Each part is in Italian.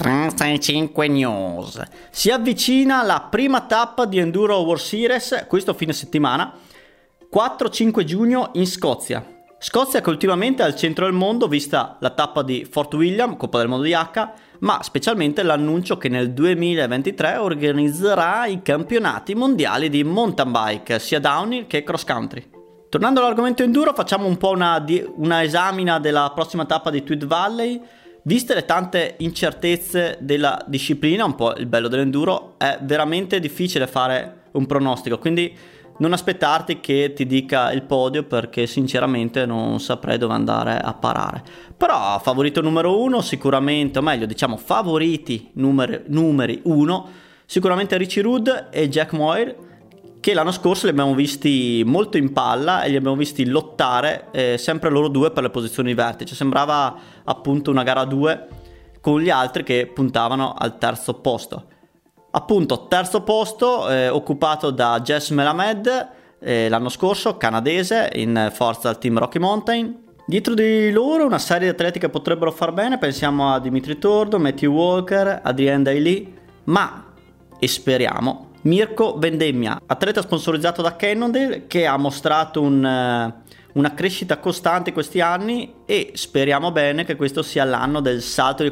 365 News. Si avvicina la prima tappa di Enduro World Series questo fine settimana, 4-5 giugno in Scozia. Scozia che ultimamente è al centro del mondo, vista la tappa di Fort William, Coppa del Mondo di H, ma specialmente l'annuncio che nel 2023 organizzerà i campionati mondiali di mountain bike, sia downhill che cross country. Tornando all'argomento enduro, facciamo un po' una esamina della prossima tappa di Tweed Valley. Viste le tante incertezze della disciplina, un po' il bello dell'enduro, è veramente difficile fare un pronostico, quindi non aspettarti che ti dica il podio, perché sinceramente non saprei dove andare a parare. Però favorito numero uno sicuramente, o meglio diciamo favoriti numeri uno, sicuramente Richie Rudd e Jack Moir, che l'anno scorso li abbiamo visti molto in palla e li abbiamo visti lottare sempre loro due per le posizioni di vertice. Sembrava appunto una gara a due con gli altri che puntavano al terzo posto. Appunto terzo posto occupato da Jess Melamed l'anno scorso, canadese, in forza al team Rocky Mountain. Dietro di loro una serie di atleti che potrebbero far bene, pensiamo a Dimitri Tordo, Matthew Walker, Adrien Daly, ma, e speriamo, Mirko Vendemmia, atleta sponsorizzato da Cannondale, che ha mostrato una crescita costante questi anni, e speriamo bene che questo sia l'anno del salto di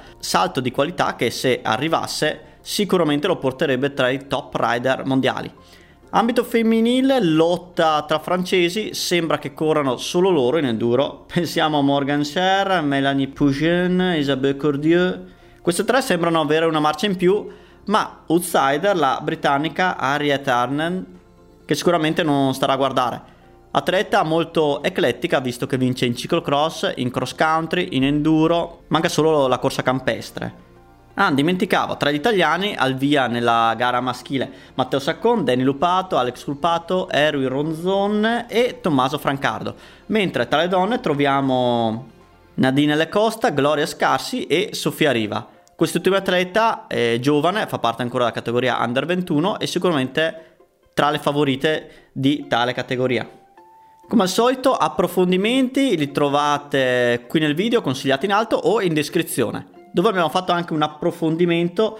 qualità che, se arrivasse, sicuramente lo porterebbe tra i top rider mondiali. Ambito femminile, lotta tra francesi, sembra che corrano solo loro in enduro, pensiamo a Morgan Scher, Melanie Pougin, Isabelle Cordieu. Queste tre sembrano avere una marcia in più, ma outsider la britannica Harriet Arnen, che sicuramente non starà a guardare. Atleta molto eclettica, visto che vince in ciclocross, in cross country, in enduro, manca solo la corsa campestre. Dimenticavo, tra gli italiani al via nella gara maschile Matteo Saccon, Danny Lupato, Alex Culpato, Erwin Ronzon e Tommaso Francardo, mentre tra le donne troviamo Nadine Lecosta, Gloria Scarsi e Sofia Riva. Quest'ultima atleta è giovane, fa parte ancora della categoria Under 21 e sicuramente tra le favorite di tale categoria. Come al solito, approfondimenti li trovate qui nel video, consigliati in alto o in descrizione, dove abbiamo fatto anche un approfondimento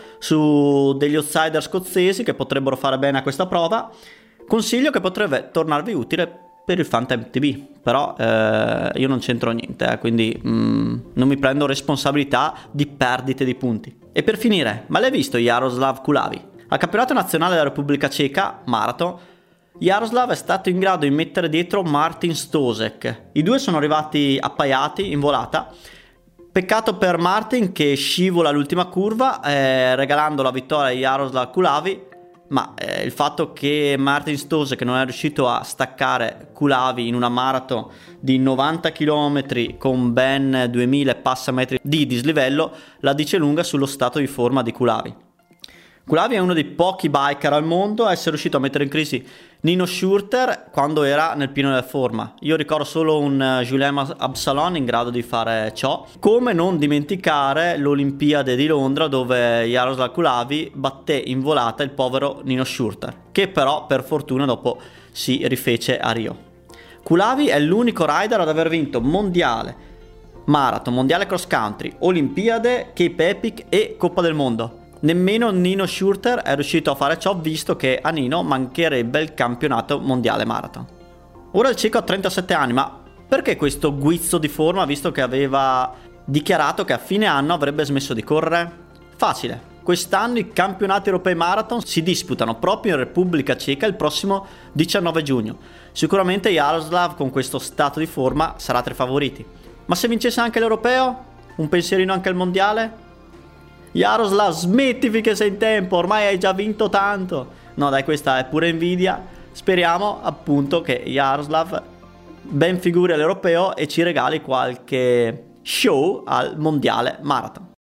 su degli outsider scozzesi che potrebbero fare bene a questa prova. Consiglio che potrebbe tornarvi utile per il Fan TV, però io non c'entro niente, quindi non mi prendo responsabilità di perdite di punti. E per finire, ma l'hai visto Jaroslav Kulavi? Al campionato nazionale della Repubblica Ceca, Marathon, Jaroslav è stato in grado di mettere dietro Martin Stosek. I due sono arrivati appaiati in volata. Peccato per Martin che scivola all'ultima curva, regalando la vittoria a Jaroslav Kulavi, ma il fatto che Martin Stosek non è riuscito a staccare Kulavi in una marathon di 90 km con ben 2000 passametri di dislivello la dice lunga sullo stato di forma di Kulavi. Kulavi è uno dei pochi biker al mondo a essere riuscito a mettere in crisi Nino Schurter quando era nel pieno della forma. Io ricordo solo un Julien Absalon in grado di fare ciò. Come non dimenticare l'Olimpiade di Londra, dove Jaroslav Kulavi batté in volata il povero Nino Schurter, che però per fortuna dopo si rifece a Rio. Kulavi è l'unico rider ad aver vinto mondiale, marathon, mondiale cross country, Olimpiade, Cape Epic e Coppa del Mondo. Nemmeno Nino Schurter è riuscito a fare ciò, visto che a Nino mancherebbe il campionato mondiale marathon. Ora il cieco ha 37 anni, ma perché questo guizzo di forma, visto che aveva dichiarato che a fine anno avrebbe smesso di correre? Facile, quest'anno i campionati europei marathon si disputano proprio in Repubblica Ceca il prossimo 19 giugno. Sicuramente Jaroslav con questo stato di forma sarà tra i favoriti. Ma se vincesse anche l'europeo? Un pensierino anche al mondiale? Jaroslav, smetti finché sei in tempo, ormai hai già vinto tanto. No dai, questa è pure invidia. Speriamo appunto che Jaroslav ben figuri all'europeo e ci regali qualche show al mondiale marathon.